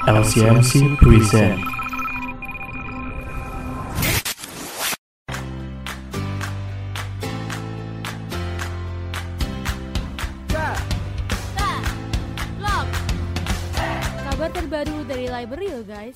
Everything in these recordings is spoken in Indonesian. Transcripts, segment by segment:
LCMC present. Kabar terbaru dari library lo guys.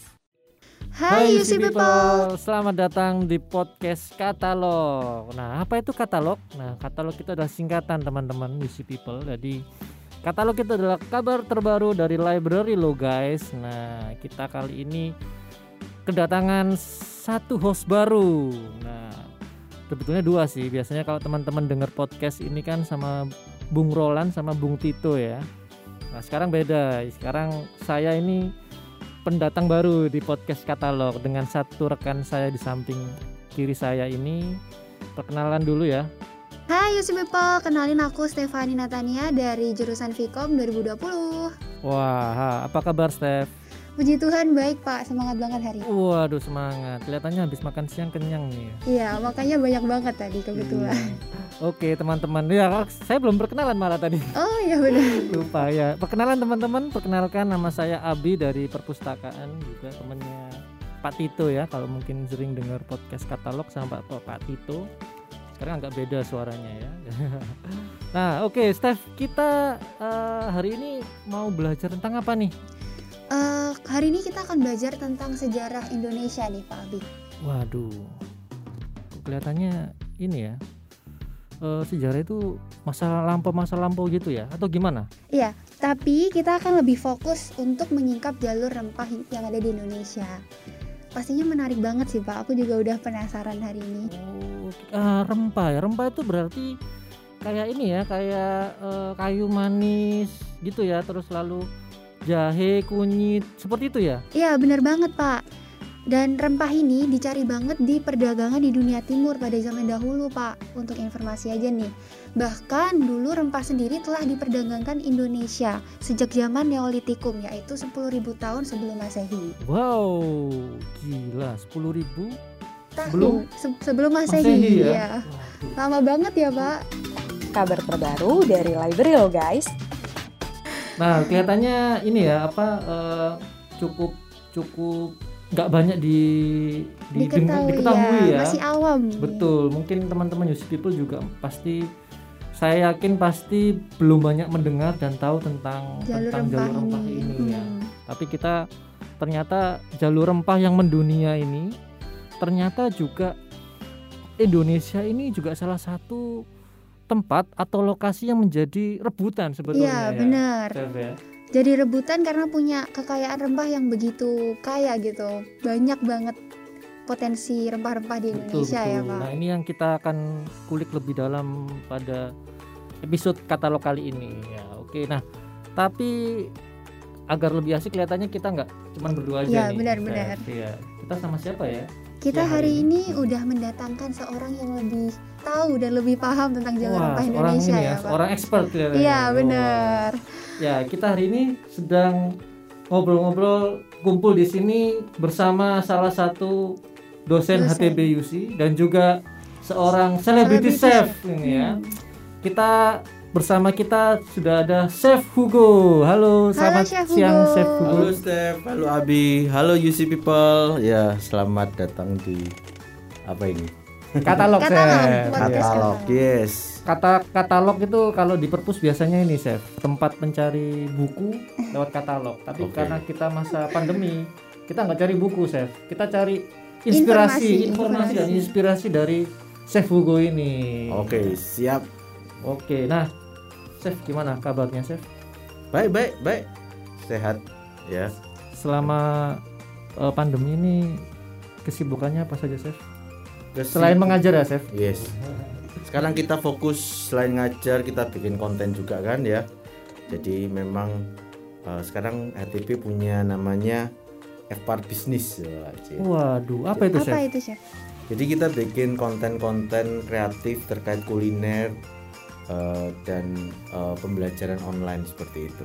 Hai UC people, selamat datang di podcast Katalog. Nah, apa itu katalog? Nah, katalog itu adalah singkatan teman-teman UC people. Jadi katalog itu adalah kabar terbaru dari library lo guys. Nah, kita kali ini kedatangan satu host baru. Nah, sebetulnya dua sih. Biasanya kalau teman-teman dengar podcast ini kan sama Bung Roland sama Bung Tito ya. Nah, sekarang beda. Sekarang saya ini pendatang baru di podcast Katalog dengan satu rekan saya di samping kiri saya ini. Perkenalan dulu ya. Hai UC people, kenalin aku Stefani Natania dari jurusan Vkom 2020. Wah, apa kabar Stef? Puji Tuhan baik Pak, semangat banget hari ini. Waduh semangat, kelihatannya habis makan siang kenyang nih. Iya, makanya banyak banget tadi kebetulan. Oke teman-teman, ya saya belum perkenalan malah tadi. Oh iya benar. Lupa ya. Perkenalan teman-teman, perkenalkan nama saya Abi dari perpustakaan, juga temannya Pak Tito ya. Kalau mungkin sering dengar podcast Katalog sama Pak Tito. Sekarang agak beda suaranya ya. Nah oke, Steph, kita hari ini mau belajar tentang apa nih? Hari ini kita akan belajar tentang sejarah Indonesia nih Pak Abi. Waduh, kelihatannya ini ya, sejarah itu masa lampau gitu ya, atau gimana? Iya, tapi kita akan lebih fokus untuk menyingkap jalur rempah yang ada di Indonesia. Pastinya menarik banget sih Pak, aku juga udah penasaran hari ini. Rempah ya, rempah itu berarti kayak ini ya, kayak kayu manis gitu ya, terus lalu jahe, kunyit, seperti itu ya? Iya benar banget Pak. Dan rempah ini dicari banget di perdagangan di dunia timur pada zaman dahulu Pak. Untuk informasi aja nih. Bahkan dulu rempah sendiri telah diperdagangkan Indonesia sejak zaman Neolitikum, yaitu 10.000 tahun sebelum Masehi. Wow, gila, 10.000 sebelum Masehi ya? Lama banget ya Pak. Kabar terbaru dari library lo guys. Nah kelihatannya ini ya cukup nggak banyak diketahui ya. Masih awam. Betul, mungkin teman-teman UC people juga pasti, saya yakin pasti belum banyak mendengar dan tahu tentang jalur rempah ini ya. Tapi kita ternyata jalur rempah yang mendunia ini ternyata juga Indonesia ini juga salah satu tempat atau lokasi yang menjadi rebutan sebetulnya. Iya benar. Ya. Jadi rebutan karena punya kekayaan rempah yang begitu kaya gitu. Banyak banget potensi rempah-rempah di Indonesia. Betul. Ya Pak. Nah ini yang kita akan kulik lebih dalam pada episode Katalog kali ini ya. Oke, nah tapi agar lebih asik kelihatannya kita nggak cuma berdua aja nih. Benar-benar. Ya, kita sama siapa ya? Kita hari ini udah mendatangkan seorang yang lebih tahu dan lebih paham tentang jalur rempah Indonesia ya Pak. Orang expert ya. Iya benar. Ya kita hari ini sedang ngobrol-ngobrol kumpul di sini bersama salah satu dosen HTB UC dan juga seorang celebrity chef ini ya. Bersama kita sudah ada Chef Hugo. Halo, selamat siang Chef Hugo. Halo Steph, halo Abi, halo UC people. Ya, selamat datang di apa ini? Katalog, Chef. Katalog, yes. Katalog itu kalau di perpus biasanya ini, Chef, tempat mencari buku lewat katalog. Tapi karena kita masa pandemi, kita nggak cari buku, Chef. Kita cari informasi dan inspirasi dari Chef Hugo ini. Oke, siap. Oke, nah Chef, gimana kabarnya Chef? Baik, sehat ya. Selama pandemi ini kesibukannya apa saja Chef? Selain mengajar ya Chef? Yes. Sekarang kita fokus selain ngajar kita bikin konten juga kan ya. Jadi memang sekarang HTP punya namanya FPAR Business. Waduh, apa itu Chef? Jadi kita bikin konten-konten kreatif terkait kuliner dan pembelajaran online seperti itu.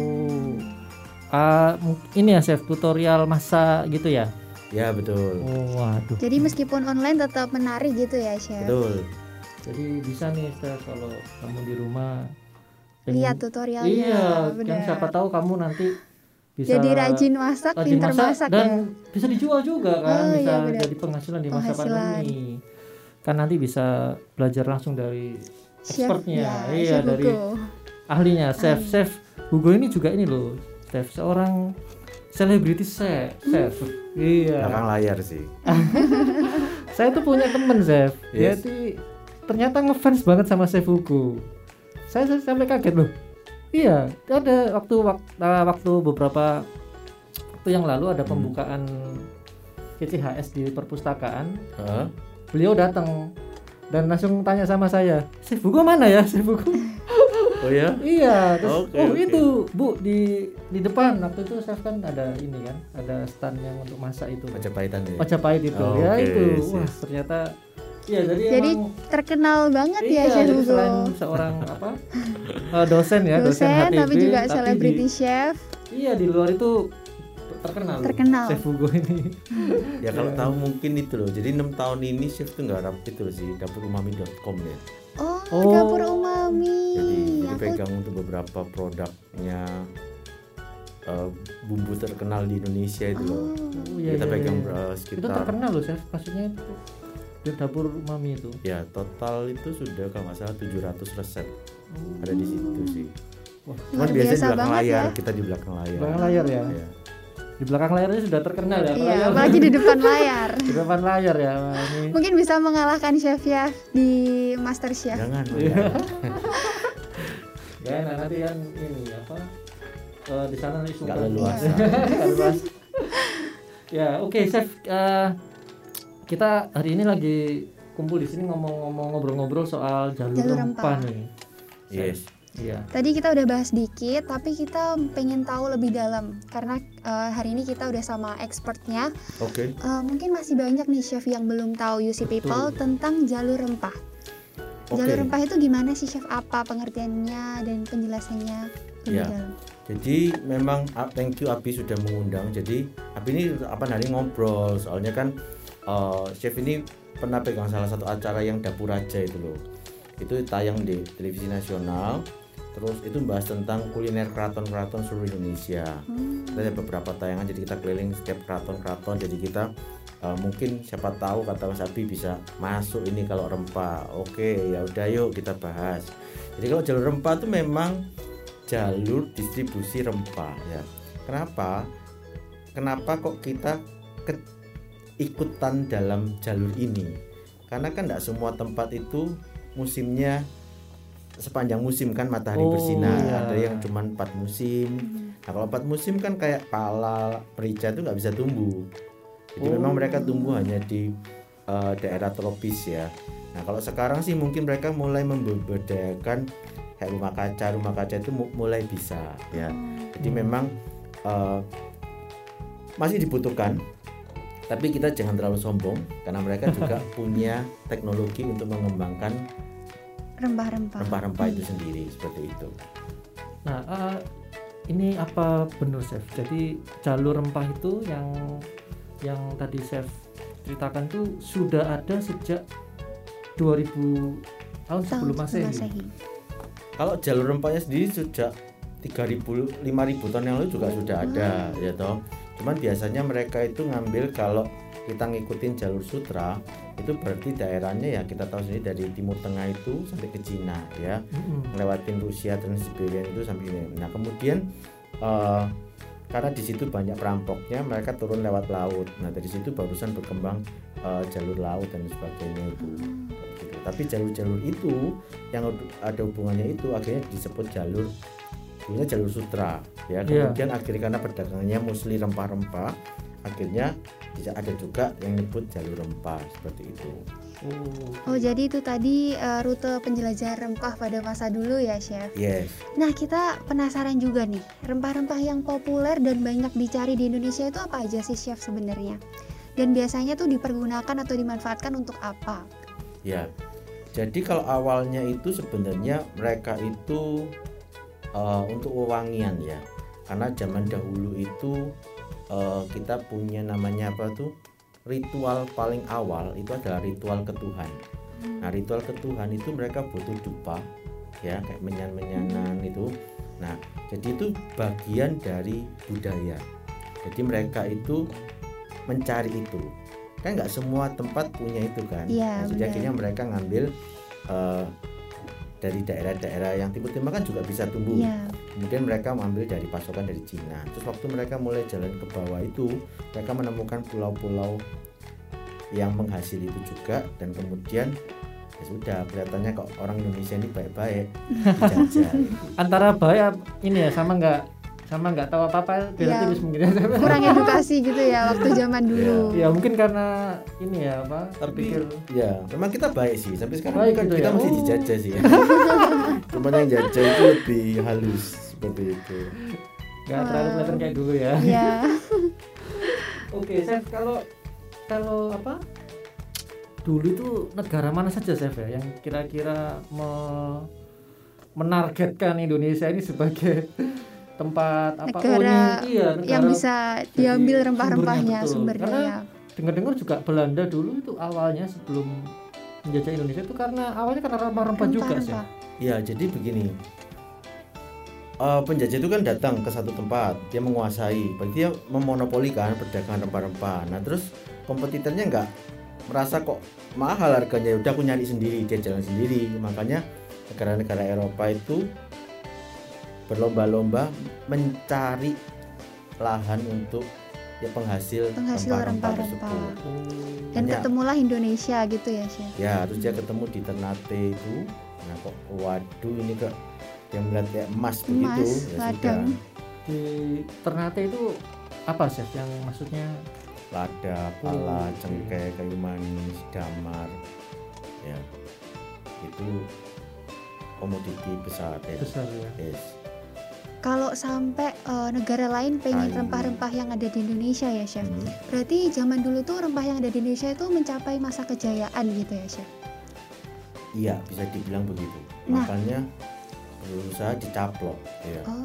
Ini ya Chef, tutorial masak gitu ya? Ya betul. Waduh. Jadi meskipun online tetap menarik gitu ya Chef? Betul. Jadi bisa nih Chef kalau kamu di rumah lihat tutorialnya. Iya, kan siapa tahu kamu nanti bisa Jadi rajin masak, pintar masak dan ya. bisa dijual juga kan, Oh, bisa iya, benar. jadi penghasilan di masa Penghasilan. pandemi. Kan nanti bisa belajar langsung dari Chef, expertnya, ya, iya Chef dari Hugo. ahlinya, chef Hugo ini juga ini loh, chef seorang selebriti chef. Iya. Belakang layar sih. Saya tuh punya temen chef, dia Yes. tuh ternyata ngefans banget sama chef Hugo. Saya sampai kaget loh. Iya, ada waktu beberapa waktu yang lalu ada pembukaan KCHS di perpustakaan. Heeh. Beliau datang dan langsung tanya sama saya, Chef Hugo mana ya, Chef Hugo? Oh ya? Iya, terus Oke, oke. itu Bu di depan waktu itu chef kan ada ini kan, ada stand yang untuk masak itu. Majapahitan ya. Majapahit itu. Oh, Ya oke, itu. yes, Wah, yes. ternyata iya jadi Jadi emang terkenal banget ya iya, Chef jadi Hugo. selain seorang dosen ya, dosen HTB, tapi juga tapi selebriti chef. iya di luar itu terkenal. Terkenal. Chef Hugo ini. Ya kalau tahu mungkin itu loh. Jadi 6 tahun ini chef tuh nggarap itu loh sih dapurumami.com ya. Oh, dapur umami. Jadi Aku pegang untuk beberapa produknya bumbu terkenal di Indonesia itu loh. Oh, iya, Kita iya, pegang iya. Itu sekitar terkenal loh chef, maksudnya itu di dapur mami itu. ya total itu sudah kalau nggak salah 700 resep ada di situ sih. Wah, Cuman luar biasanya biasa di belakang banget layar, ya. kita di belakang layar. belakang layar ya. Iya. Di belakang layarnya sudah terkenal ya. Iya, apalagi apalagi di depan layar. di depan layar ya. Mami. Mungkin bisa mengalahkan chef-chef di MasterChef. Jangan. Iya. Ya, nah, nanti kan ini apa? Di sana nanti Nggak suka leluasa. Nggak leluasa. Ya, oke, chef. Kita hari ini lagi kumpul di sini ngobrol-ngobrol soal jalur Jalur rempah rempah. nih. Yes. Iya. Tadi kita udah bahas dikit, tapi kita pengen tahu lebih dalam karena hari ini kita udah sama expertnya. Oke. Mungkin masih banyak nih chef yang belum tahu UC People tentang jalur rempah. Oke. Jalur rempah itu gimana sih chef? Apa pengertiannya dan penjelasannya lebih Ya. dalam? Jadi memang thank you Abi sudah mengundang. Jadi Abi ini apa hari ngobrol soalnya kan chef ini pernah pegang salah satu acara yang Dapur Raja itu loh. Itu tayang di televisi nasional. Terus itu membahas tentang kuliner keraton-keraton seluruh Indonesia. Kita ada beberapa tayangan, jadi kita keliling setiap keraton-keraton. Jadi kita mungkin siapa tahu kata Mas Abi bisa masuk ini kalau rempah. Oke, ya udah yuk kita bahas. Jadi kalau jalur rempah itu memang jalur distribusi rempah ya. Kenapa kok kita ikutan dalam jalur ini? Karena kan tidak semua tempat itu musimnya sepanjang musim kan matahari bersinar. Iya. Ada yang cuma 4 musim. Nah kalau 4 musim kan kayak pala, merica itu nggak bisa tumbuh. Jadi memang mereka tumbuh hanya di daerah tropis ya. Nah kalau sekarang sih mungkin mereka mulai membudidayakan kayak rumah kaca itu mulai bisa ya. Jadi memang masih dibutuhkan. Tapi kita jangan terlalu sombong karena mereka juga punya teknologi untuk mengembangkan rempah-rempah itu sendiri seperti itu. Nah, ini apa benar chef? Jadi jalur rempah itu yang tadi chef ceritakan tuh sudah ada sejak 2000 tahun sebelum Masehi. Kalau jalur rempahnya sendiri sejak 3.000 5.000 tahun yang lalu juga sudah ada ya toh. Cuman biasanya mereka itu ngambil kalau kita ngikutin jalur sutra itu berarti daerahnya ya kita tahu sendiri dari Timur Tengah itu sampai ke Cina ya, ngelewatin Rusia dan Siberia itu sampai ini. Nah kemudian karena di situ banyak perampoknya mereka turun lewat laut. Nah dari situ barusan berkembang jalur laut dan sebagainya itu. Gitu. Tapi jalur-jalur itu yang ada hubungannya itu akhirnya disebut jalur sutra ya. Kemudian akhirnya karena perdagangannya mostly rempah-rempah akhirnya bisa ada juga yang nyebut jalur rempah seperti itu. Oh jadi itu tadi rute penjelajahan rempah pada masa dulu ya chef. Yes. Nah kita penasaran juga nih, rempah-rempah yang populer dan banyak dicari di Indonesia itu apa aja sih chef sebenarnya? Dan biasanya tuh dipergunakan atau dimanfaatkan untuk apa? Ya, jadi kalau awalnya itu sebenarnya mereka itu untuk wewangian ya. Karena zaman dahulu itu kita punya namanya apa tuh, ritual paling awal itu adalah ritual ketuhan. Nah ritual ketuhan itu mereka butuh dupa ya, kayak menyan-menyanan itu. Nah, jadi itu bagian dari budaya. Jadi mereka itu mencari itu. Kan nggak semua tempat punya itu kan. Iya, Nah, jadi benar. akhirnya mereka ngambil dari daerah-daerah yang Timur Tengah kan juga bisa tumbuh. Iya. Kemudian mereka mengambil dari pasokan dari Cina. Terus waktu mereka mulai jalan ke bawah itu, mereka menemukan pulau-pulau yang menghasil itu juga, dan kemudian ya sudah, kelihatannya kok orang Indonesia ini baik-baik dijajah. Antara bahaya ini ya sama nggak tahu apa-apa beda Iya. tipis mungkin. Kurang edukasi gitu ya waktu zaman dulu. Ya mungkin karena ini ya apa terpikir Ya, memang kita baik sih. Sampai sekarang Baik kan gitu kita ya. masih Oh. dijajah sih. Cuman yang jajah itu lebih halus seperti itu. nggak terlalu kelihatan kayak dulu ya. Iya. Oke, Chef, kalau apa dulu itu negara mana saja Chef ya yang kira-kira menargetkan Indonesia ini sebagai tempat apa Negara negara yang bisa jadi diambil rempah-rempahnya sumbernya, betul. sumbernya. dengar-dengar juga Belanda dulu itu awalnya sebelum menjajah Indonesia itu karena awalnya karena rempah-rempah juga sih. Rempah-rempah. Ya, jadi begini. Penjajah itu kan datang ke satu tempat, dia menguasai, berarti dia memonopoli kan perdagangan rempah-rempah. Nah, terus kompetitornya nggak merasa kok mahal harganya, udah aku nyari sendiri, dia jalan sendiri. Makanya negara-negara Eropa itu berlomba-lomba mencari lahan untuk penghasil rempah-rempah rempah-rempah. tersebut. Dan Hanya- ketemulah Indonesia gitu ya, Chef. Ya, terus dia ketemu di Ternate itu. Nah, kok waduh ini kok dia melihat kayak emas begitu. Ya ladang. sudah. Di Ternate itu apa Chef yang maksudnya? Lada, pala, cengkeh, kayu manis, damar. Ya. Itu komoditi besar ya. Besar ya. Yes. Kalau sampai negara lain pengen Kayu. rempah-rempah yang ada di Indonesia ya, Chef. Hmm. Berarti zaman dulu tuh rempah yang ada di Indonesia itu mencapai masa kejayaan gitu ya, Chef. Iya, bisa dibilang begitu. Nah. Makanya berusaha dicaplok ya. Oh.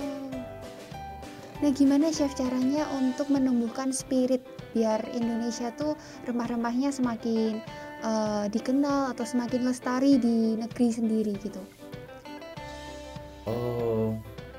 Nah, gimana Chef caranya untuk menumbuhkan spirit biar Indonesia tuh rempah-rempahnya semakin dikenal atau semakin lestari di negeri sendiri gitu? Oh,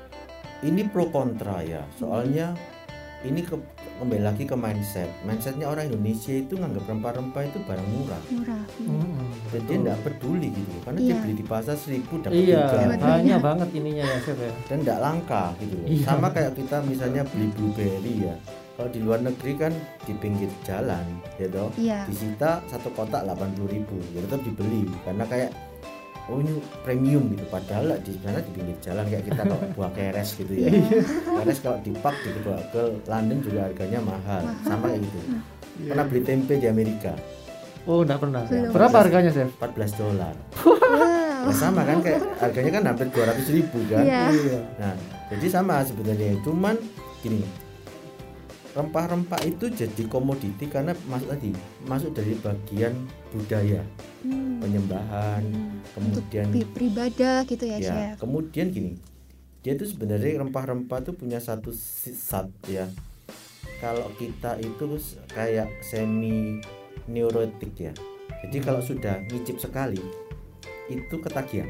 ini pro kontra ya. Soalnya ini kembali lagi ke mindsetnya orang Indonesia itu nganggap rempah-rempah itu barang murah. Murah. Dan dia nggak peduli gitu loh, karena dia Iya. beli di pasar 1.000 dapat Iya, 3 hanya banget ininya ya Chef ya. dan nggak langka gitu loh. Iya. Sama kayak kita misalnya beli blueberry ya. Kalau di luar negeri kan di pinggir jalan, ya toh. Iya. Disita satu kotak 80.000, ya tetap dibeli karena kayak oh ini premium gitu. Padahal di sana di pinggir jalan kayak kita kalau buah keres gitu ya. Keres kalau dipak dibawa ke London juga harganya mahal. Sama kayak gitu. Pernah beli tempe di Amerika Oh, enggak pernah. Belum. Berapa harganya Chef? $14. Wow. Nah, sama kan kayak harganya kan hampir 200.000 kan. Iya. Nah, jadi sama sebenarnya. Cuman gini, rempah-rempah itu jadi komoditi karena masuk dari bagian budaya, Hmm. penyembahan, kemudian Beribadah gitu ya, ya, Chef. kemudian gini, dia itu sebenarnya rempah-rempah itu punya satu sifat ya. Kalau kita itu kayak semi neurotik ya. Jadi kalau sudah ngicip sekali itu ketagihan.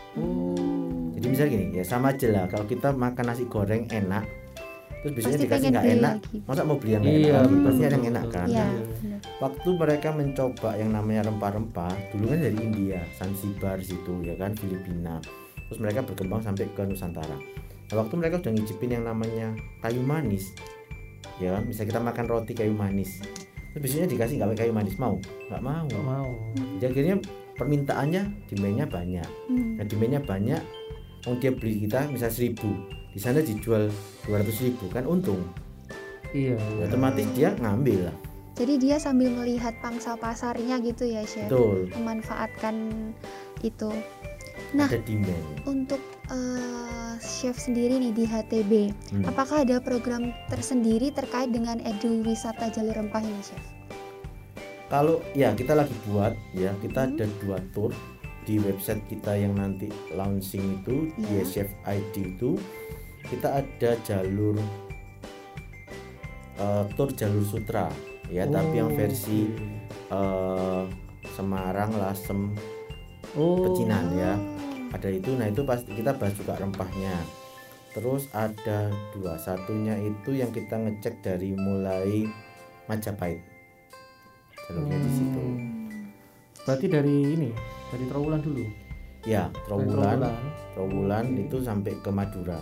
Oh. Jadi misalnya gini ya, sama aja lah kalau kita makan nasi goreng enak terus besoknya Pasti dikasih pengen nggak beli enak, lagi. masa mau beli yang nggak Iya, enak lagi? betul, Pasti ada yang betul, enak betul. kan. Iya, Iya. benar. Waktu mereka mencoba yang namanya rempah-rempah dulu kan dari India, Zanzibar situ ya kan, Filipina, terus mereka berkembang sampai ke Nusantara. Nah, waktu mereka udah ngicipin yang namanya kayu manis ya kan, bisa kita makan roti kayu manis terus biasanya dikasih nggak pakai kayu manis, mau nggak mau. Nggak mau. Jadi akhirnya permintaannya, demandnya banyak. Hmm. Nah, demandnya banyak, mau dia beli kita misal 1.000, di sana dijual 200.000 kan untung. Iya. Ya, otomatis dia ngambil lah. Jadi dia sambil melihat pangsa pasarnya gitu ya, Chef. Betul. Memanfaatkan itu. Nah, Ada demand. untuk Chef sendiri nih di HTB, apakah ada program tersendiri terkait dengan edu wisata jalur rempah ini, Chef? Kalau ya kita lagi buat ya, kita ada 2 tour di website kita yang nanti launching itu di Iya. Chef ID itu kita ada jalur tour jalur sutra ya, tapi yang versi Semarang, Lasem, Oh. Pecinan ya. Ada itu. Nah, itu pasti kita bahas juga rempahnya. Terus ada 2, satunya itu yang kita ngecek dari mulai Majapahit, jalurnya di situ. Berarti dari ini, dari Trowulan dulu. Ya, Trowulan itu sampai ke Madura.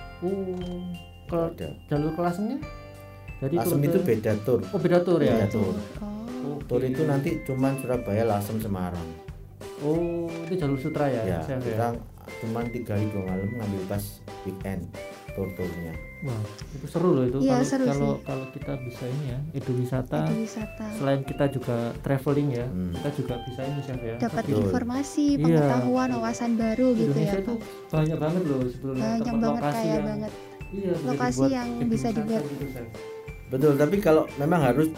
Ada. Jalur kelasnya? Jadi Lasem itu beda tur. Oh, beda tur ya. Beda tur. Tur itu nanti cuman Surabaya, Lasem, Semarang. Oh, itu jalur sutra ya? Ya, Chef, kita cuman 3 hari 2 malam ngambil pas weekend tur-turnya. Wah, itu seru loh itu. Iya, seru kalau sih. kalau kita bisa ini ya, eduwisata. Wisata. Selain kita juga traveling ya, kita juga bisa ini Chef ya. Dapat Betul. informasi, Iya. pengetahuan, wawasan baru gitu Indonesia ya. itu Pak. banyak banget loh sebelumnya Banyak tempat banget, lokasi kaya yang banget. iya, bisa Lokasi dibuat yang bisa eduwisata dibuat. gitu, Chef. Betul, tapi kalau memang harus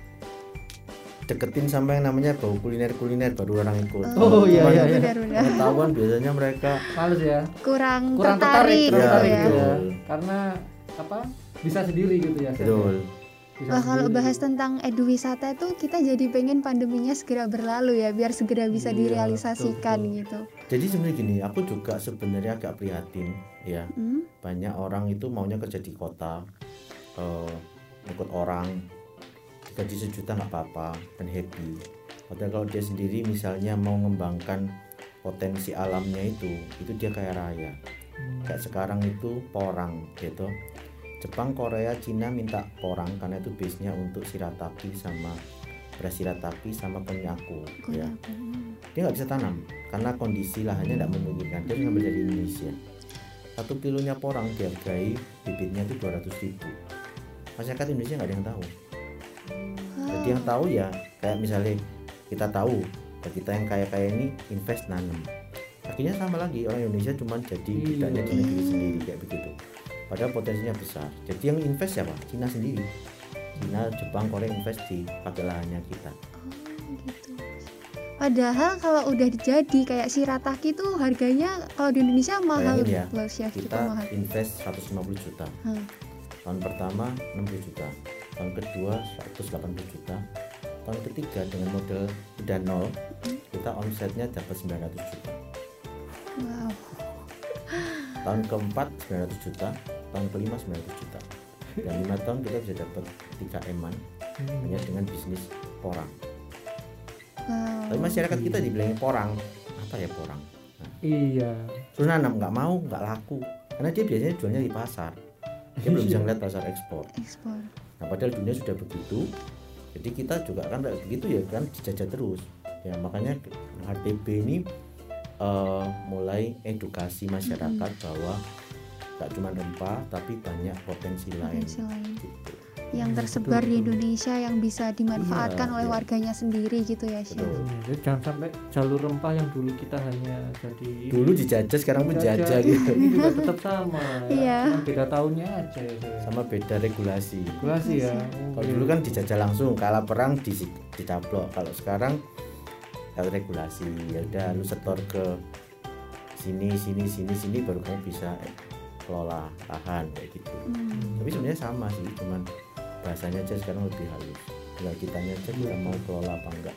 deketin sama yang namanya bau kuliner baru orang ikut. Oh, iya, Cuman iya, iya. Benar-benar. pengetahuan biasanya mereka Males ya. Kurang Kurang tertarik tertarik gitu Ya, ya. betul. Karena apa? Bisa sendiri gitu ya. Chef. betul. Bisa Wah, kalau sendiri. bahas tentang eduwisata itu kita jadi pengen pandeminya segera berlalu ya, biar segera bisa Iya, direalisasikan betul. gitu. Jadi sebenarnya gini, aku juga sebenarnya agak prihatin ya. Banyak orang itu maunya kerja di kota, ikut orang, gaji sejuta nggak apa-apa dan happy. Padahal kalau dia sendiri misalnya mau mengembangkan potensi alamnya itu dia kaya raya. Kayak sekarang itu porang gitu. Jepang, Korea, Cina minta porang karena itu base-nya untuk Shirataki sama beras Shirataki sama konnyaku ya. Dia nggak bisa tanam karena kondisi lahannya tidak memungkinkan. Dia ngambil dari Indonesia. 1 kilonya porang dihargai bibitnya itu 200.000. Masyarakat Indonesia nggak ada yang tahu. Jadi yang tahu ya kayak misalnya kita tahu, kita yang kaya-kaya ini invest nanam. Akhirnya sama lagi, orang Indonesia cuma jadi bidangnya di negeri sendiri kayak begitu. Padahal potensinya besar. Jadi yang invest siapa? Cina sendiri. Cina, Jepang, Korea invest di pakai lahannya kita. Gitu. Padahal kalau udah jadi kayak Shirataki tuh harganya kalau di Indonesia mahal Bayangin ya, loh, Chef, cukup kita mahal. invest 150 juta. Tahun pertama 60 juta. Tahun kedua 180 juta. Tahun ketiga dengan modal udah nol, kita omsetnya dapat 900 juta. Wow. Tahun keempat 900 juta, tahun kelima 900 juta. Dan 5 tahun kita bisa dapat 3 M-an hanya dengan bisnis porang. Wow. Tapi masyarakat kita dibilangin porang, apa ya porang? Nah, Iya. terus nanam nggak mau, nggak laku, karena dia biasanya jualnya di pasar. Dia belum bisa ngeliat pasar ekspor. Ekspor. Nah padahal dunia sudah begitu, jadi kita juga kan kayak begitu ya kan dijajah terus. Ya makanya HTB ini mulai edukasi masyarakat bahwa gak cuma rempah tapi banyak potensi lain. Potensi lain. Gitu. Yang tersebar di Indonesia yang bisa dimanfaatkan Iya, oleh iya. warganya sendiri gitu ya, Chef. Betul. Jadi jangan sampai jalur rempah yang dulu kita hanya jadi Dulu dijajah sekarang menjajah gitu. Ini juga tetap sama. Iya. Cuma beda tahunnya aja ya. Chef. Sama beda regulasi. Regulasi ya. Kalau dulu kan dijajah langsung, kalah perang dicaplok. Kalau sekarang ada regulasi. Ya udah lu setor ke sini baru kamu bisa kelola lahan kayak gitu. Tapi sebenarnya sama sih, cuman bahasanya aja sekarang lebih halus. Tinggal kitanya aja kita mau kelola apa enggak.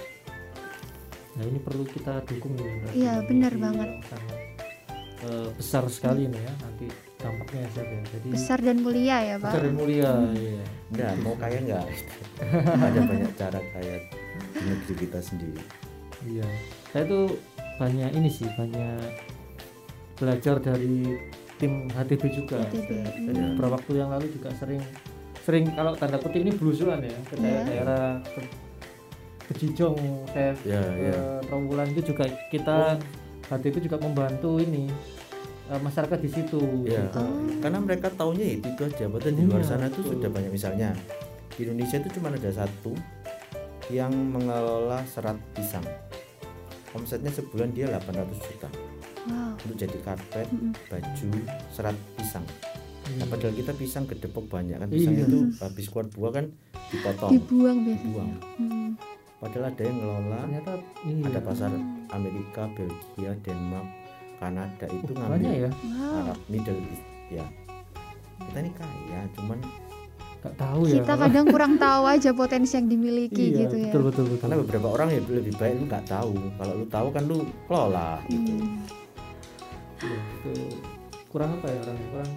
Nah ini perlu kita dukung ini. berarti. Iya, benar Ini banget. yang sangat, besar sekali nih ya nanti dampaknya ya Chef ya. Jadi Besar dan mulia ya, Pak. besar dan mulia. Iya. Enggak, mau kaya enggak? Ada banyak cara kaya di negeri kita sendiri. Iya. Saya tuh banyak ini sih, banyak belajar dari tim HTB juga. HTB, Jadi beberapa waktu yang lalu juga sering kalau tanda kutip ini belusuan ya ke daerah-daerah ke Cijong, Chef, Ya, ke Trowulan itu juga kita HTB juga membantu ini masyarakat di situ. Ya, juga. karena mereka taunya itu aja. Padahal di luar Iya, sana tuh betul. sudah banyak, misalnya di Indonesia itu cuma ada satu yang mengelola serat pisang. Omsetnya sebulan dia 800 juta Wow. untuk jadi karpet, baju, serat pisang. Nah, padahal kita pisang gedepok banyak kan, pisang Iya. itu habis keluar buah kan dipotong, Dibuang biasanya. dibuang. Padahal ada yang ngelola, Ternyata iya. ada pasar Amerika, Belgia, Denmark, Kanada itu Banyak ngambil ya. Wow. Arab, Middle East ya. Kita ini kaya, cuman Gak tahu ya. Kita kadang kurang tahu aja potensi yang dimiliki iya, gitu ya. betul. karena beberapa orang ya lebih baik lu nggak tahu. Kalau lu tahu kan lu kelola gitu. Iya, itu kurang apa ya orangnya kurang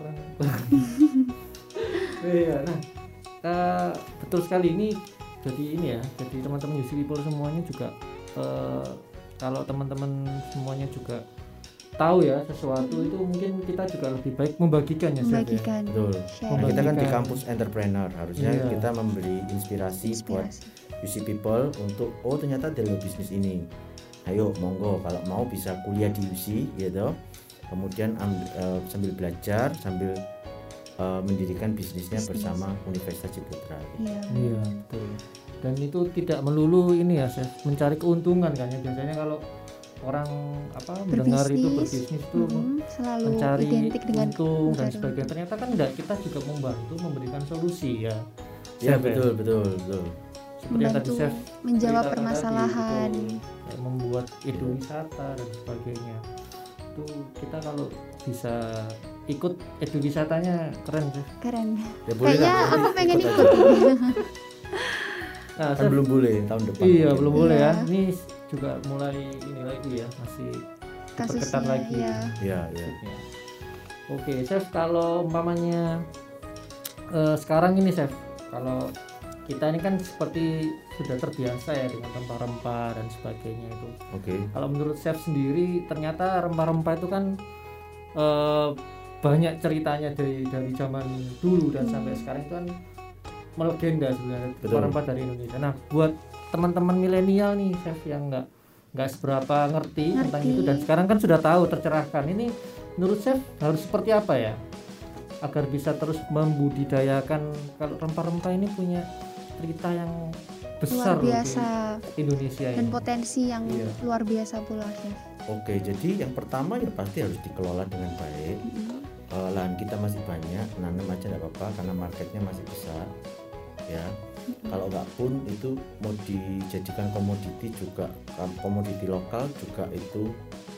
iya. Nah betul sekali ini. Jadi ini ya, jadi teman-teman UC People semuanya juga kalau teman-teman semuanya juga tahu ya sesuatu itu mungkin kita juga lebih baik membagikan ya. Membagikan. Betul. Share. Nah, kita kan di kampus entrepreneur, harusnya Iya. kita memberi inspirasi buat UC People untuk ternyata ada lo bisnis ini. Ayo monggo kalau mau bisa kuliah di UC gitu. Kemudian sambil belajar sambil mendirikan bisnisnya bersama Universitas Ciputra. Iya, betul. Dan itu tidak melulu ini ya, Chef, mencari keuntungan kan ya. Biasanya kalau orang mendengar itu berbisnis itu selalu mencari identik dengan untung dan mencari sebagainya. Ternyata kan enggak, kita juga membantu memberikan solusi ya. Ya, Chef, betul. Seperti yang tadi membantu Chef menjawab ceritakan permasalahan. tadi, betul. Kayak membuat eduwisata dan sebagainya. Itu kita kalau bisa ikut eduwisatanya keren Chef. Keren. Ya, boleh Kayaknya lah, aku pengen aja. ikut. Nah, Kan Chef, belum boleh tahun depan. iya mungkin. belum boleh ya. Iya. Ini juga mulai ini lagi ya, masih diperketat Kasusnya lagi. ya. Iya. Ya. Oke, Chef, kalau umpamanya sekarang ini Chef, kalau kita ini kan seperti sudah terbiasa ya dengan rempah-rempah dan sebagainya itu. Oke. Kalau menurut Chef sendiri ternyata rempah-rempah itu kan banyak ceritanya dari zaman dulu dan sampai sekarang itu kan melegenda sebenarnya Betul. rempah-rempah dari Indonesia. Nah, buat teman-teman milenial nih Chef yang nggak seberapa ngerti tentang itu dan sekarang kan sudah tahu tercerahkan. Ini menurut Chef harus seperti apa ya agar bisa terus membudidayakan kalau rempah-rempah ini punya cerita yang besar Luar biasa di Indonesia dan ini. potensi yang Iya. luar biasa pula, Chef. Oke, jadi yang pertama ya pasti harus dikelola dengan baik. Lahan kita masih banyak, nanam aja nggak apa-apa karena marketnya masih besar. Ya, kalau nggak pun itu mau dijadikan komoditi juga, komoditi lokal juga itu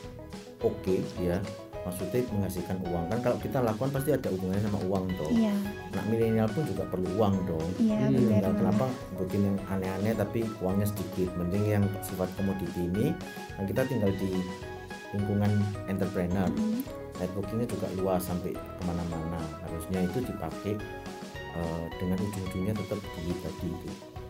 oke ya. Maksudnya menghasilkan uang kan kalau kita lakukan pasti ada hubungannya sama uang dong. Iya, Nah milenial pun juga perlu uang dong. iya Iya, benar. Nggak kenapa bikin yang aneh-aneh tapi uangnya sedikit. Mending yang sifat komoditi ini, nah kita tinggal di lingkungan entrepreneur. Networkingnya juga luas sampai kemana-mana. Harusnya itu dipakai dengan ujung-ujungnya tetap duit tadi itu.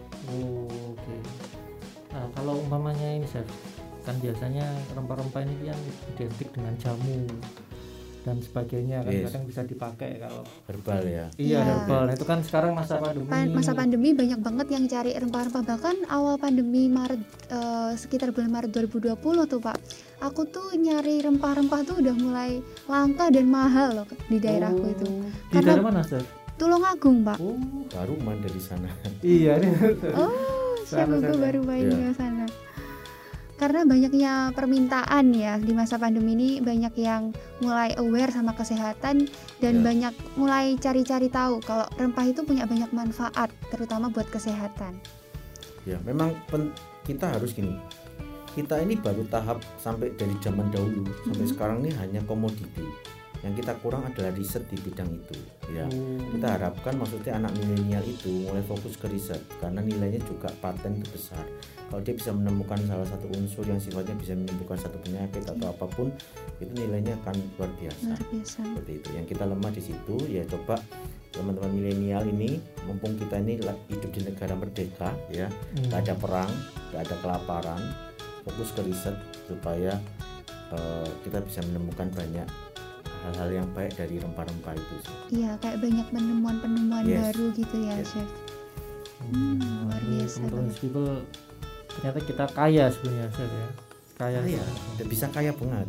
Oh, oke. Nah, kalau umpamanya ini Chef, kan biasanya rempah-rempah ini kan identik dengan jamu dan sebagainya kan Yes. kadang bisa dipakai kalau Herbal ya. iya Iya. herbal. Nah, itu kan sekarang masa pandemi. Masa pandemi banyak banget yang cari rempah-rempah, bahkan awal pandemi Maret sekitar bulan Maret 2020 tuh Pak. Aku tuh nyari rempah-rempah tuh udah mulai langka dan mahal loh di daerahku itu. Di Karena- daerah mana Chef? Tulungagung Pak. Oh, Baru main dari sana. iya nih. Oh, siapa Sana, gue sana. baru main Iya. ke sana. Karena banyaknya permintaan ya di masa pandemi ini, banyak yang mulai aware sama kesehatan dan Ya. banyak mulai cari-cari tahu kalau rempah itu punya banyak manfaat, terutama buat kesehatan. Ya, memang kita harus gini. Kita ini baru tahap sampai dari zaman dahulu sampai sekarang ini hanya komoditi. Yang kita kurang adalah riset di bidang itu. Ya, kita harapkan maksudnya anak milenial itu mulai fokus ke riset karena nilainya juga paten itu besar. Kalau dia bisa menemukan salah satu unsur yang sifatnya bisa menyembuhkan satu penyakit atau apapun, itu nilainya akan luar biasa. Luar biasa. Seperti itu. Yang kita lemah di situ ya coba teman-teman milenial ini, mumpung kita ini hidup di negara merdeka ya, nggak ada perang, nggak ada kelaparan, fokus ke riset supaya kita bisa menemukan banyak hal-hal yang baik dari rempah-rempah itu sih. Iya, kayak banyak penemuan-penemuan Yes. baru gitu ya, Yes. Chef. luar biasa Teman-teman people ternyata kita kaya sebenarnya Chef ya. Kaya. Kaya, udah bisa kaya banget.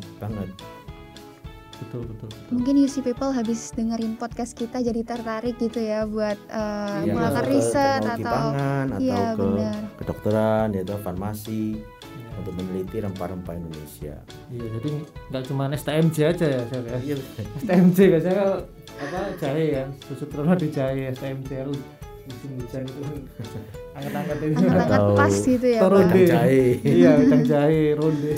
Betul. Mungkin UC People habis dengerin podcast kita jadi tertarik gitu ya buat Iya, melakukan ke riset teknologi atau pangan atau iya, ke benar. kedokteran yaitu farmasi Iya. untuk meneliti rempah-rempah Indonesia. Iya, jadi nggak cuma STMJ aja ya Chef ya. Iya, STMJ biasanya kalau jahe kan, susu terus di jahe STMJ musim hujan itu angkat-angkat itu. angkat-angkat Atau pas gitu ya, Turun Pak. deh. jahe. Iya, udang jahe ronde.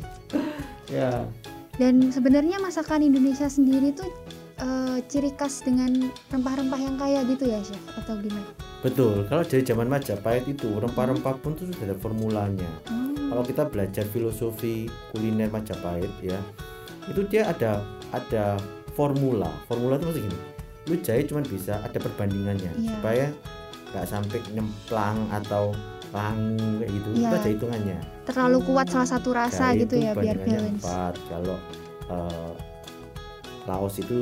Ya, Dan sebenarnya masakan Indonesia sendiri tuh ciri khas dengan rempah-rempah yang kaya gitu ya, Chef, atau gimana? Betul. Kalau dari zaman Majapahit itu rempah-rempah pun tuh sudah ada formulanya. Kalau kita belajar filosofi kuliner Majapahit ya, itu dia ada formula itu maksudnya gini, lu jahit cuma bisa ada perbandingannya supaya nggak sampai nyemplang atau langu kayak gitu. Itu aja hitungannya, terlalu kuat salah satu rasa jahit gitu itu ya biar bandingannya balance. 4, kalau Laos itu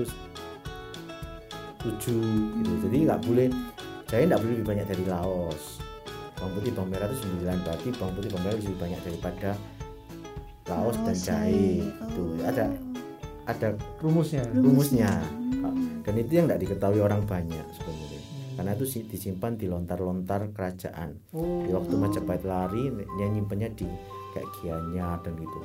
7 gitu. Jadi nggak boleh jahit, nggak boleh lebih banyak dari Laos. Bawang putih bawang merah itu 9, berarti bawang putih bawang merah lebih banyak daripada Laos dan jahe. Itu ada rumusnya. Dan itu yang nggak diketahui orang banyak sebenarnya, karena itu disimpan di lontar-lontar kerajaan. Di waktu Majapahit lari, dia nyimpennya di kayak Gianyar dan gitu.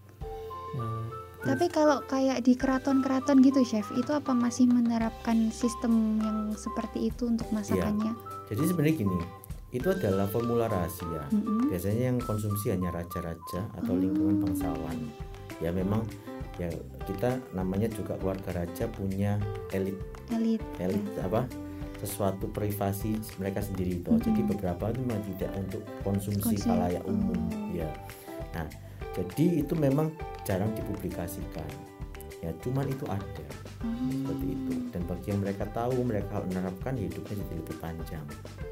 Tapi kalau kayak di keraton-keraton gitu chef, itu apa masih menerapkan sistem yang seperti itu untuk masakannya? Jadi sebenarnya gini, itu adalah formula rahasia. Biasanya yang konsumsi hanya raja-raja atau lingkungan bangsawan. Ya memang ya kita namanya juga keluarga raja punya elit apa, sesuatu privasi mereka sendiri itu. Jadi beberapa itu memang tidak untuk konsumsi khalayak umum ya. Nah, jadi itu memang jarang dipublikasikan ya, cuman itu ada seperti itu. Dan bagi yang mereka tahu, mereka menerapkan, hidupnya jadi lebih panjang.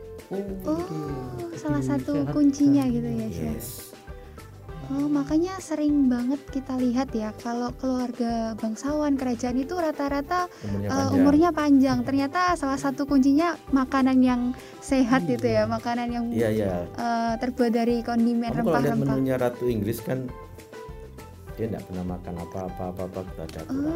Salah satu kuncinya gitu ya chef. Makanya sering banget kita lihat ya, kalau keluarga bangsawan kerajaan itu rata-rata umurnya panjang. Ternyata salah satu kuncinya makanan yang sehat gitu ya, makanan yang terbuat dari kondimen, rempah-rempah. Kalau lihat menunya Ratu Inggris kan dia tidak pernah makan apa-apa ada kurang.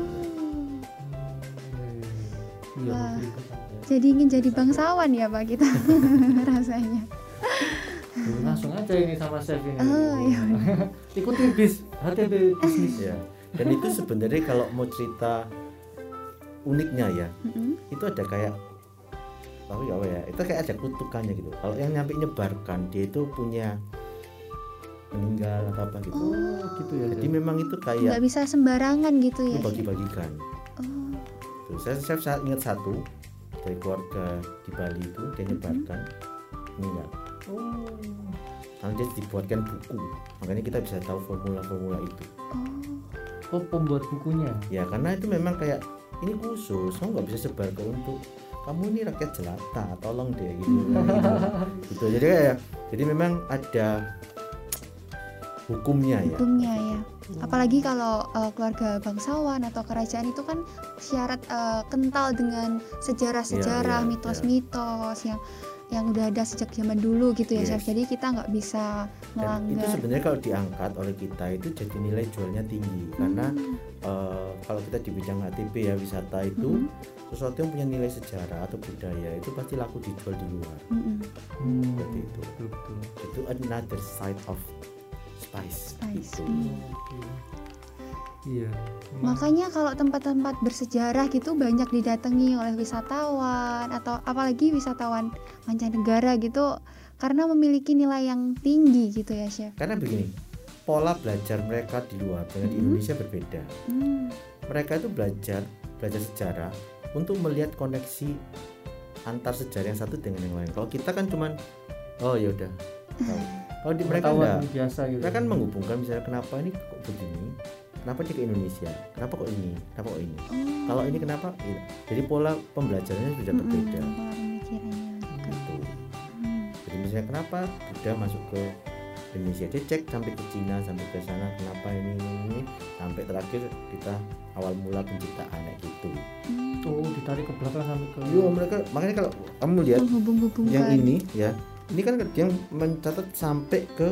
Jadi ingin jadi bangsawan ya Pak kita rasanya. Langsung aja ini sama chef ini. Ikuti HTB bisnis ya. Dan itu sebenarnya kalau mau cerita uniknya ya, itu ada kayak itu kayak ada kutukannya gitu. Kalau yang nyampe nyebarkan, dia itu punya meninggal atau apa gitu. Gitu ya. Jadi memang itu kayak nggak bisa sembarangan gitu ya. Bagi-bagikan. Tuh, saya ingat satu dari keluarga di Bali itu, dia nyebarkan meninggal. Nanti dibuatkan buku, makanya kita bisa tahu formula-formula itu. Pembuat bukunya ya, karena itu memang kayak ini khusus, kamu nggak bisa sebar ke untuk kamu ini rakyat jelata, tolong deh gitu. Gitu. Jadi memang ada hukumnya ya. Apalagi kalau keluarga bangsawan atau kerajaan itu kan syarat kental dengan sejarah-sejarah, mitos-mitos yang udah ada sejak zaman dulu gitu ya chef. Jadi kita nggak bisa melanggar. Dan itu sebenarnya kalau diangkat oleh kita itu jadi nilai jualnya tinggi, karena kalau kita di bidang HTP ya, wisata itu sesuatu yang punya nilai sejarah atau budaya itu pasti laku dijual di luar. Seperti itu. Itu another side of spice. Gitu. Iya. Makanya kalau tempat-tempat bersejarah gitu banyak didatangi oleh wisatawan atau apalagi wisatawan mancanegara gitu, karena memiliki nilai yang tinggi gitu ya chef. Karena begini, pola belajar mereka di luar dengan di Indonesia berbeda. Mereka itu belajar sejarah untuk melihat koneksi antar sejarah yang satu dengan yang lain. Kalau kita kan cuman ya udah tahu. Kalau di mereka enggak, biasa gitu. Mereka kan menghubungkan misalnya kenapa ini kok begini, kenapa dia ke Indonesia, kenapa kok ini. Kalau ini kenapa? Ya. Jadi pola pembelajarannya sudah berbeda. Pola pemikirannya. Gitu. Jadi misalnya kenapa Buddha masuk ke Indonesia, dia cek sampai ke Cina, sampai ke sana, kenapa ini sampai terakhir kita awal mula penciptaan kayak gitu. Ditarik ke belakang sampai ke. Mereka makanya kalau kamu lihat yang ini ya. Ini kan yang mencatat sampai ke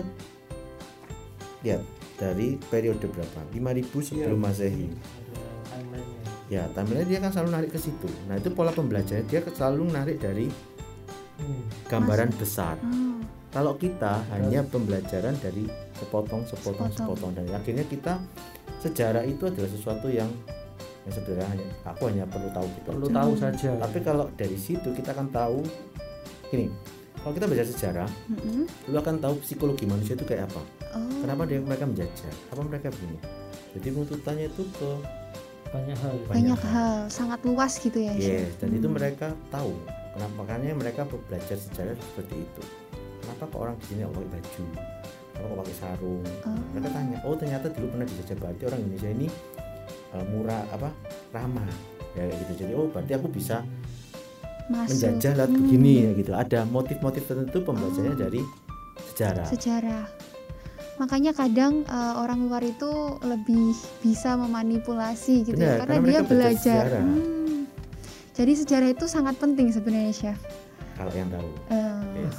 dari periode berapa? 5000 sebelum Masehi. Ya, timeline dia kan selalu narik ke situ. Nah, itu pola pembelajaran dia selalu narik dari gambaran besar. Kalau kita hanya pembelajaran dari sepotong dan akhirnya kita sejarah itu adalah sesuatu yang sebenarnya aku hanya perlu tahu saja. Tapi kalau dari situ kita akan tahu gini. Kalau kita belajar sejarah, lu akan tahu psikologi manusia itu kayak apa. Kenapa mereka menjajah? Apa mereka begini? Jadi tuntutannya itu ke banyak hal, sangat luas gitu ya. Dan itu mereka tahu. Kenapa? Makanya mereka belajar sejarah seperti itu. Kenapa kok orang di sini pakai baju? Kenapa kok pakai sarung? Mereka tanya. Ternyata dulu pernah dijajah, berarti orang Indonesia ini ramah ya kayak gitu. Jadi berarti aku bisa Masuk. menjajah lewat begini ya gitu. Ada motif-motif tertentu pembacanya dari sejarah. Makanya kadang orang luar itu lebih bisa memanipulasi gitu ya, Benar, karena karena dia mereka belajar belajar. sejarah. Jadi sejarah itu sangat penting sebenarnya, Chef. Kalau yang tahu. Yes.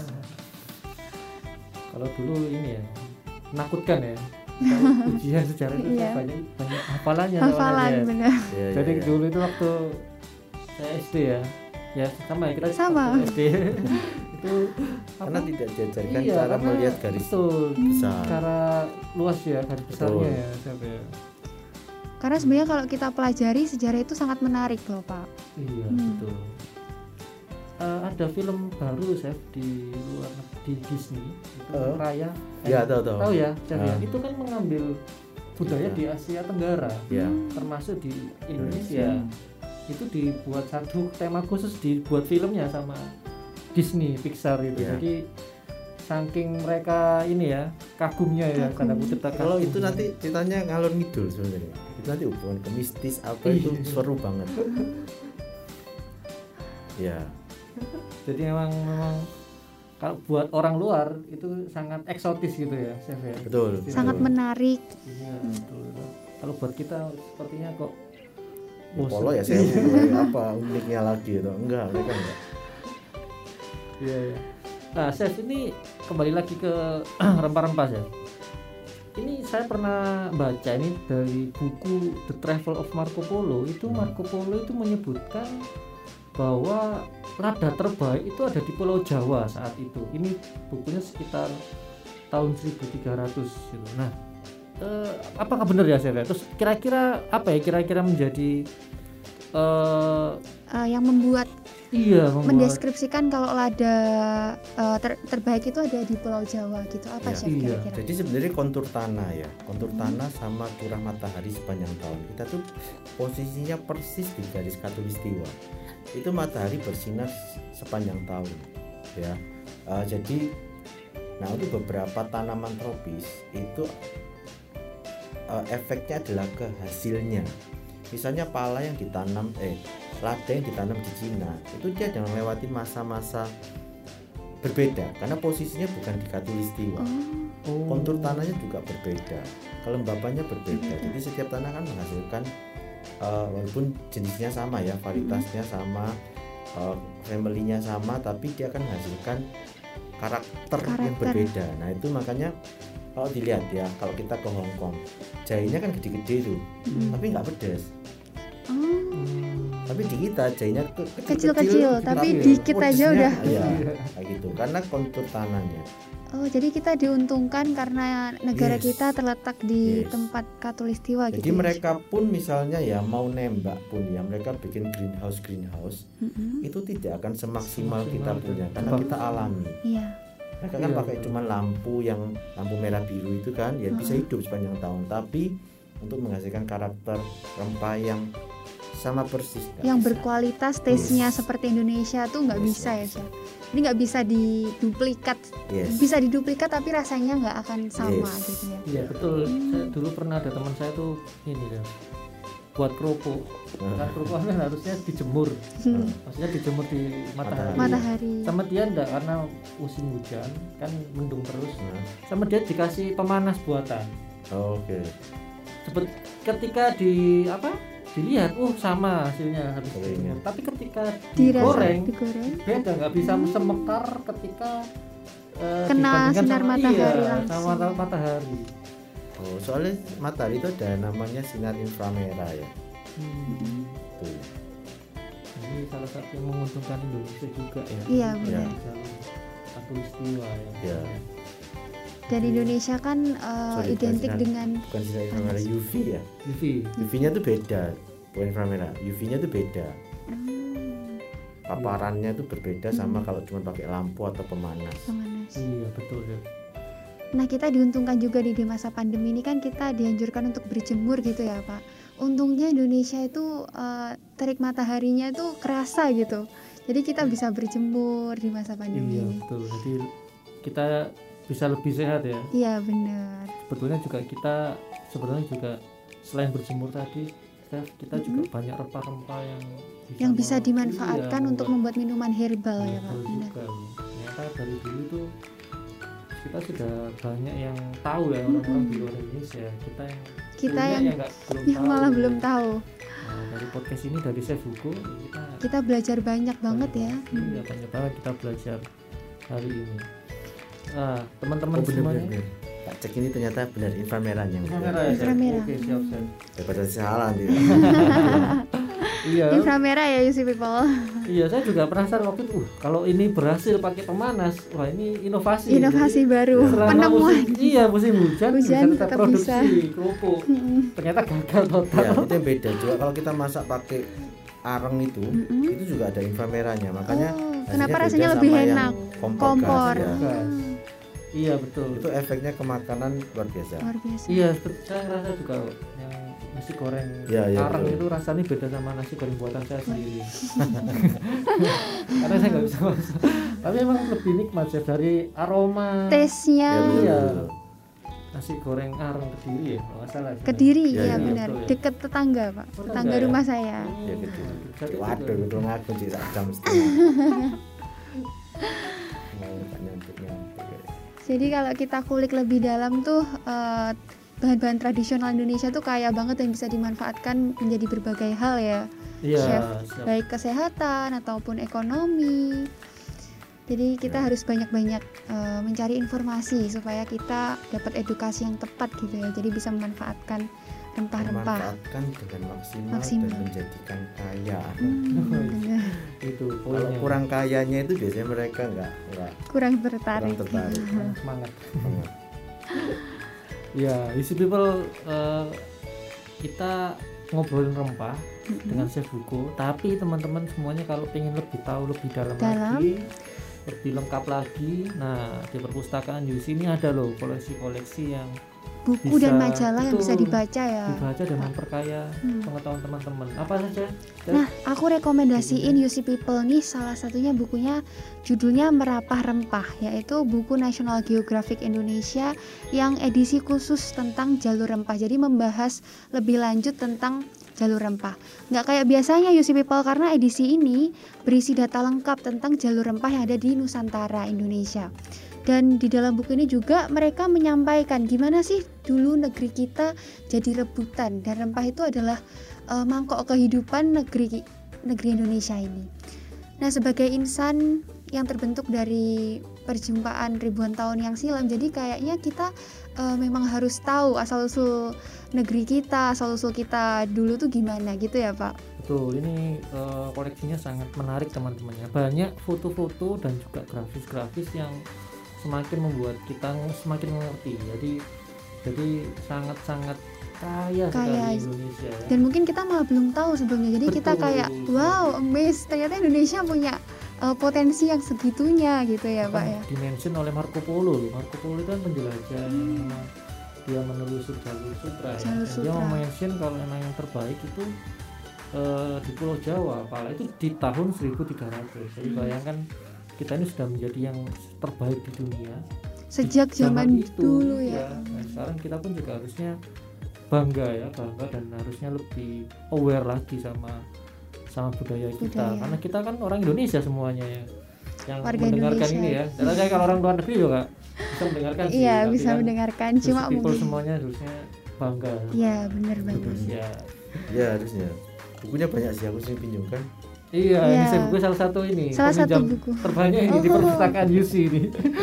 Kalau dulu ini ya menakutkan ya. Kalau ujian sejarah itu Iya. banyak hafalannya. Hafalan ya. benar. Ya, Jadi ya, ya. dulu itu waktu saya SD ya. Ya sama ya kita Sama. waktu SD. Itu Karena tidak diajarkan iya, cara karena melihat garis betul, besar. cara luas ya garis besarnya ya siapa ya. Karena sebenarnya kalau kita pelajari sejarah itu sangat menarik loh, Pak. Iya betul. Ada film baru Chef di luar di Disney itu Raya. Ya tahu. Tahu ya, Chef ya. Ah. Itu kan mengambil budaya Iya. di Asia Tenggara, Ya. termasuk di Indonesia. Itu dibuat satu tema khusus dibuat filmnya sama Disney, Pixar itu. Iya. Jadi saking mereka ini ya kagumnya ya karena kutip Kalau itu nanti ceritanya ngalor ngidul sebenarnya. Itu nanti hubungan ke mistis apa itu seru banget. Ya. Jadi memang kalau buat orang luar itu sangat eksotis gitu ya, Chef ya. Betul. Sangat menarik. Iya, betul. Kalau buat kita sepertinya kok Polo ya saya apa uniknya lagi itu? Enggak, mereka enggak. Iya, iya. Nah, Chef ini kembali lagi ke rempah-rempah ya. Ini saya pernah baca ini dari buku The Travel of Marco Polo. Itu Marco Polo itu menyebutkan bahwa lada terbaik itu ada di Pulau Jawa saat itu. Ini bukunya sekitar tahun 1300 gitu. Nah, apakah benar ya Chef? Terus kira-kira apa ya kira-kira menjadi Yang membuat mendeskripsikan kalau lada terbaik itu ada di Pulau Jawa gitu. Apa Ya, Chef kira-kira? Jadi sebenarnya kontur tanah ya, kontur tanah sama curah matahari sepanjang tahun. Kita tuh posisinya persis di garis khatulistiwa. Itu matahari bersinar sepanjang tahun, ya. Jadi, nah untuk beberapa tanaman tropis itu efeknya adalah ke hasilnya. Misalnya pala yang ditanam, lada yang ditanam di Cina, itu dia sedang melewati masa-masa berbeda karena posisinya bukan di khatulistiwa. Kontur tanahnya juga berbeda, kelembapannya berbeda. Jadi setiap tanah kan menghasilkan walaupun jenisnya sama ya, varietasnya sama, family-nya sama, tapi dia akan menghasilkan karakter yang berbeda. Nah itu makanya kalau dilihat ya, kalau kita ke Hong Kong, jahenya kan gede-gede tuh, tapi nggak pedas. Tapi di kita jahenya Kecil-kecil, tapi dikit aja udah. Ya, kayak gitu. Karena kontur tanahnya. Oh, jadi kita diuntungkan karena negara Yes. kita terletak di Yes. tempat khatulistiwa Jadi gitu. ya, mereka pun misalnya ya mau nembak pun ya, mereka bikin greenhouse itu tidak akan semaksimal kita punya karena kita alami. Iya. Mereka kan pakai cuma lampu merah biru itu kan ya bisa hidup sepanjang tahun, tapi untuk menghasilkan karakter rempah yang sama persis nggak Yang bisa. berkualitas taste-nya Yes. seperti Indonesia tuh nggak Yes, bisa nggak ya, bisa. Chef. Ini nggak bisa diduplikat. Yes. Bisa diduplikat tapi rasanya nggak akan sama Yes. gitu ya. Iya betul. Saya dulu pernah ada teman saya tuh ini ya buat kerupuk. Kan kerupuk kan harusnya dijemur. Maksudnya dijemur di matahari. Matahari. Sama dia enggak karena musim hujan kan mendung terus. Nah, Sama dia dikasih pemanas buatan. Oke. Seperti ketika dilihat, sama hasilnya habis Kering, dijemur. ya. Tapi ketika digoreng. beda, nggak bisa semekar ketika Kena dibandingkan sinar sama- matahari iya, langsung. sama matahari. Oh, soalnya matahari itu ada namanya sinar inframerah ya. Tuh. Ini salah satu yang menguntungkan Indonesia juga ya. Iya, benar. Khatulistiwa ya. Ya. Dan Indonesia kan Sorry, identik bukan dengan bukan sinar inframerah, UV ya. UV. UV-nya tuh beda, bukan inframerah. UV-nya tuh beda. Paparannya tuh berbeda sama kalau cuma pakai lampu atau pemanas. pemanas. Iya betul ya. Nah, kita diuntungkan juga di masa pandemi ini kan kita dianjurkan untuk berjemur gitu ya, Pak. Untungnya Indonesia itu terik mataharinya itu kerasa gitu. Jadi kita bisa berjemur di masa pandemi Iya ini. betul. Jadi kita bisa lebih sehat ya. Iya, benar. Sebetulnya juga kita sebenarnya juga selain berjemur tadi Steph, kita juga banyak rempah-rempah yang bisa dimanfaatkan iya, untuk membuat minuman herbal ya Pak. betul Benar. juga. Ternyata dari dulu tuh kita sudah banyak yang tahu ya, orang-orang di luar Indonesia. Kita yang nggak belum yang tahu. malah belum tahu. Nah, dari podcast ini, dari Chef Hugo, Kita belajar banyak banget ya. Iya, banyak banget kita belajar hari ini. Teman-teman bener, semuanya. bener. Tak cek ini ternyata benar inframerah yang Inframerah ya, Chef? Inframerah. Oke, siap. daripada salah nih. Iya. Inframerah ya UC People. Iya, saya juga penasaran waktu itu. Kalau ini berhasil pakai pemanas, wah ini inovasi. Inovasi Jadi, baru, selama penemuan. musim hujan Hujan tetap tetap produksi bisa. kerupuk. Ternyata gagal total. Ya, itu yang beda juga kalau kita masak pakai areng itu juga ada inframerahnya. Makanya Oh, hasilnya kenapa beda rasanya sama lebih yang enak? kompor. Kompor. gas, ya. Iya, betul. Itu efeknya ke makanan luar biasa. Luar biasa. Iya, saya ngerasa juga yang nasi goreng Ya, ya, areng betul. itu rasanya beda sama nasi goreng buatan saya sendiri. Karena saya nggak bisa masak. Tapi emang lebih nikmat sih dari aroma. Taste-nya Ya, betul, Iya. betul. Nasi goreng areng Kediri ya, kalau nggak salah. Kediri Ya, ya, ya, benar. betul ya. Deket tetangga Pak. Tetangga Tetangga ya? rumah saya. Ya, gitu. Jadi Waduh, gitu. itu ngaku sih sak jam setengah. Mau tak nyambut. Jadi kalau kita kulik lebih dalam tuh bahan-bahan tradisional Indonesia tuh kaya banget yang bisa dimanfaatkan menjadi berbagai hal ya. Iya, Chef, siap. baik kesehatan ataupun ekonomi. Jadi kita harus banyak-banyak mencari informasi supaya kita dapat edukasi yang tepat gitu ya. Jadi bisa memanfaatkan rempah-rempah. Memanfaatkan dengan maksimal, Maksimal. dan menjadikan kaya. Benar. Itu Kalau poinnya. kurang kayanya itu biasanya mereka nggak Kurang kurang tertarik. tertarik. Semangat. banget. Ya, Easy People, kita ngobrolin rempah dengan Chef Hugo. Tapi teman-teman semuanya kalau pengen lebih tahu lebih dalam lagi, lebih lengkap lagi, nah di perpustakaan UC ini ada loh koleksi-koleksi yang Buku bisa, dan majalah yang bisa betul, dibaca ya. dibaca dan memperkaya pengetahuan teman-teman. Apa saja? Nah, aku rekomendasiin UC People nih salah satunya bukunya judulnya Merapah Rempah, yaitu buku National Geographic Indonesia yang edisi khusus tentang jalur rempah. Jadi membahas lebih lanjut tentang jalur rempah. Nggak kayak biasanya UC People karena edisi ini berisi data lengkap tentang jalur rempah yang ada di Nusantara, Indonesia. Dan di dalam buku ini juga mereka menyampaikan gimana sih dulu negeri kita jadi rebutan, dan rempah itu adalah mangkok kehidupan negeri Indonesia ini. Nah, sebagai insan yang terbentuk dari perjumpaan ribuan tahun yang silam, jadi kayaknya kita memang harus tahu asal-usul negeri kita, asal-usul kita dulu tuh gimana gitu ya Pak. Betul, ini koleksinya sangat menarik teman-teman ya. Banyak foto-foto dan juga grafis-grafis yang semakin membuat kita semakin mengerti. Jadi sangat-sangat kaya sekali Indonesia ya. Dan mungkin kita malah belum tahu sebelumnya. Jadi kita Betul. kayak wow, amazed, ternyata Indonesia punya potensi yang segitunya gitu ya Pak ya. Dimention oleh Marco Polo. Marco Polo itu kan penjelajah yang memang dia menelusur jalur sutra ya. Jalur Dan dia sutra. mention kalau memang yang terbaik itu di Pulau Jawa, apalagi itu di tahun 1300. Jadi bayangkan kita ini sudah menjadi yang terbaik di dunia Sejak di zaman itu, dulu ya. Nah, sekarang kita pun juga harusnya bangga dan harusnya lebih aware lagi sama budaya kita, Budaya. karena kita kan orang Indonesia semuanya ya yang Warga mendengarkan Indonesia. ini ya. Dan saya kalau orang luar negeri juga bisa mendengarkan sih, Iya, tapi bisa kan mendengarkan, Just cuma people mungkin semuanya harusnya bangga iya benar banget. Indonesia. Ya harusnya. Bukunya banyak sih, aku sering pinjamkan. Iya, Iya. ini saya buku salah satu ini. Salah satu peminjam buku. terbanyak ini di Oh. perpustakaan UC ini.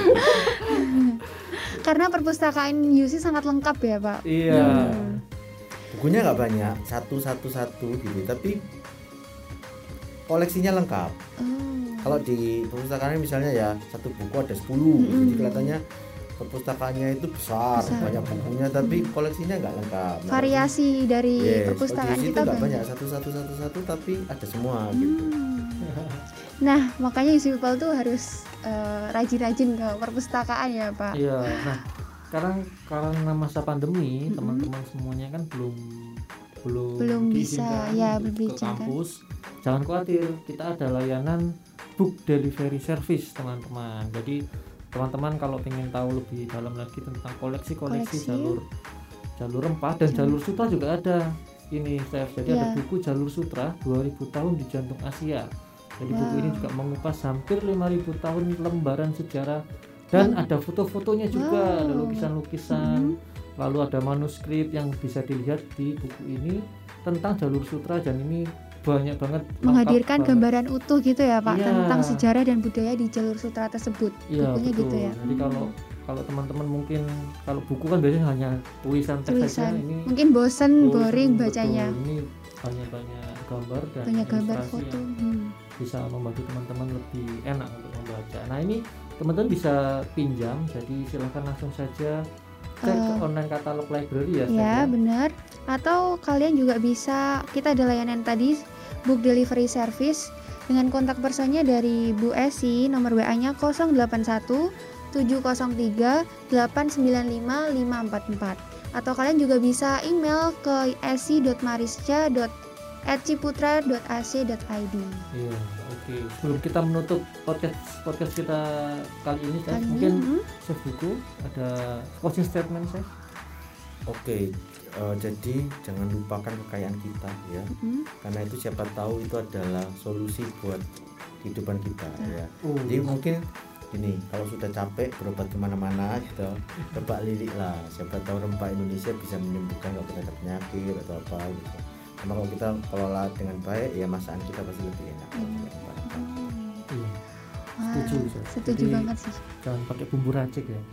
Karena perpustakaan UC sangat lengkap ya Pak. Iya. Bukunya nggak banyak, satu gitu, tapi koleksinya lengkap. Oh. Kalau di perpustakaan misalnya ya satu buku ada 10, jadi kelihatannya perpustakaannya itu besar, Besar. banyak bukunya, tapi koleksinya nggak lengkap. Nah, Variasi dari yes, perpustakaan kalau di situ kita nggak banyak. banyak, satu tapi ada semua gitu. Nah, makanya UC People tuh harus rajin-rajin ke perpustakaan ya Pak. Iya. Nah, sekarang karena masa pandemi, teman-teman semuanya kan belum bisa, diizinkan ya, untuk belum ke diizinkan. kampus. Jangan khawatir, kita ada layanan book delivery service, teman-teman. Jadi teman-teman kalau ingin tahu lebih dalam lagi tentang koleksi Koleksi. jalur rempah dan jalur sutra juga ada. ini jadi ada Ya. buku Jalur Sutra 2000 tahun di jantung Asia. Jadi buku ini juga mengupas hampir 5000 tahun lembaran sejarah dan ada foto-fotonya juga, ada lukisan-lukisan, lalu ada manuskrip yang bisa dilihat di buku ini tentang Jalur Sutra, dan ini banyak banget Menghadirkan lengkap banget. gambaran utuh gitu ya Pak, Iya. tentang sejarah dan budaya di Jalur Sutra tersebut. Iya, Bukunya betul. gitu ya. Jadi kalau teman-teman mungkin kalau buku kan biasanya hanya tulisan teks saja, Tulisan. ini Mungkin bosen, bosen, boring betul. bacanya. Ini banyak gambar dan Banyak gambar ilustrasi foto. yang bisa membantu teman-teman lebih enak untuk membaca. Nah, ini teman-teman bisa pinjam, jadi silahkan langsung saja cek ke online katalog library ya. Ya, Steph, benar. Atau kalian juga bisa, kita ada layanan tadi book delivery service dengan kontak personnya dari Bu Esi, nomor WA-nya 081 703 895 544. Atau kalian juga bisa email ke esi.marisca@ciputra.ac.id. Iya, oke. Sebelum kita menutup podcast kita kali ini, Steph, Kali ini, mungkin Chef Buku ada closing statement, Chef. Oke, jadi jangan lupakan kekayaan kita ya, karena itu siapa tahu itu adalah solusi buat kehidupan kita ya. Jadi mungkin ini kalau sudah capek berobat kemana-mana gitu, coba lirik lah, siapa tahu rempah Indonesia bisa menyembuhkan kalau kita ada penyakit atau apa gitu. Karena kalau kita kelola dengan baik ya masakan kita pasti lebih enak. Iya. Wah, Setuju, Chef. setuju Jadi, banget sih. Jangan pakai bumbu racik ya.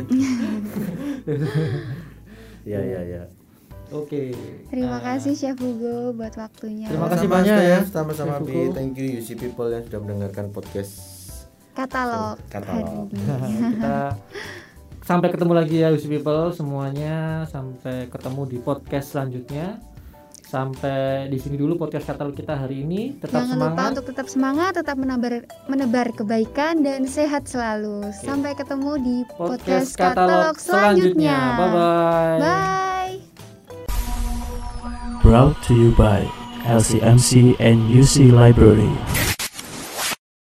Ya. Oke. Terima kasih Chef Hugo buat waktunya. Terima kasih Sama-sama, banyak ya, Steph. Sama-sama Chef Bi. Hugo. Thank you UC people yang sudah mendengarkan podcast Katalog. Katalog. Kita sampai ketemu lagi ya UC People semuanya, sampai ketemu di podcast selanjutnya. Sampai di sini dulu podcast katalog kita hari ini. Tetap Jangan lupa semangat. untuk tetap semangat, tetap menebar kebaikan dan sehat selalu. Sampai ketemu di podcast katalog selanjutnya. Bye bye. Bye. Brought to you by LCMC and UC Library.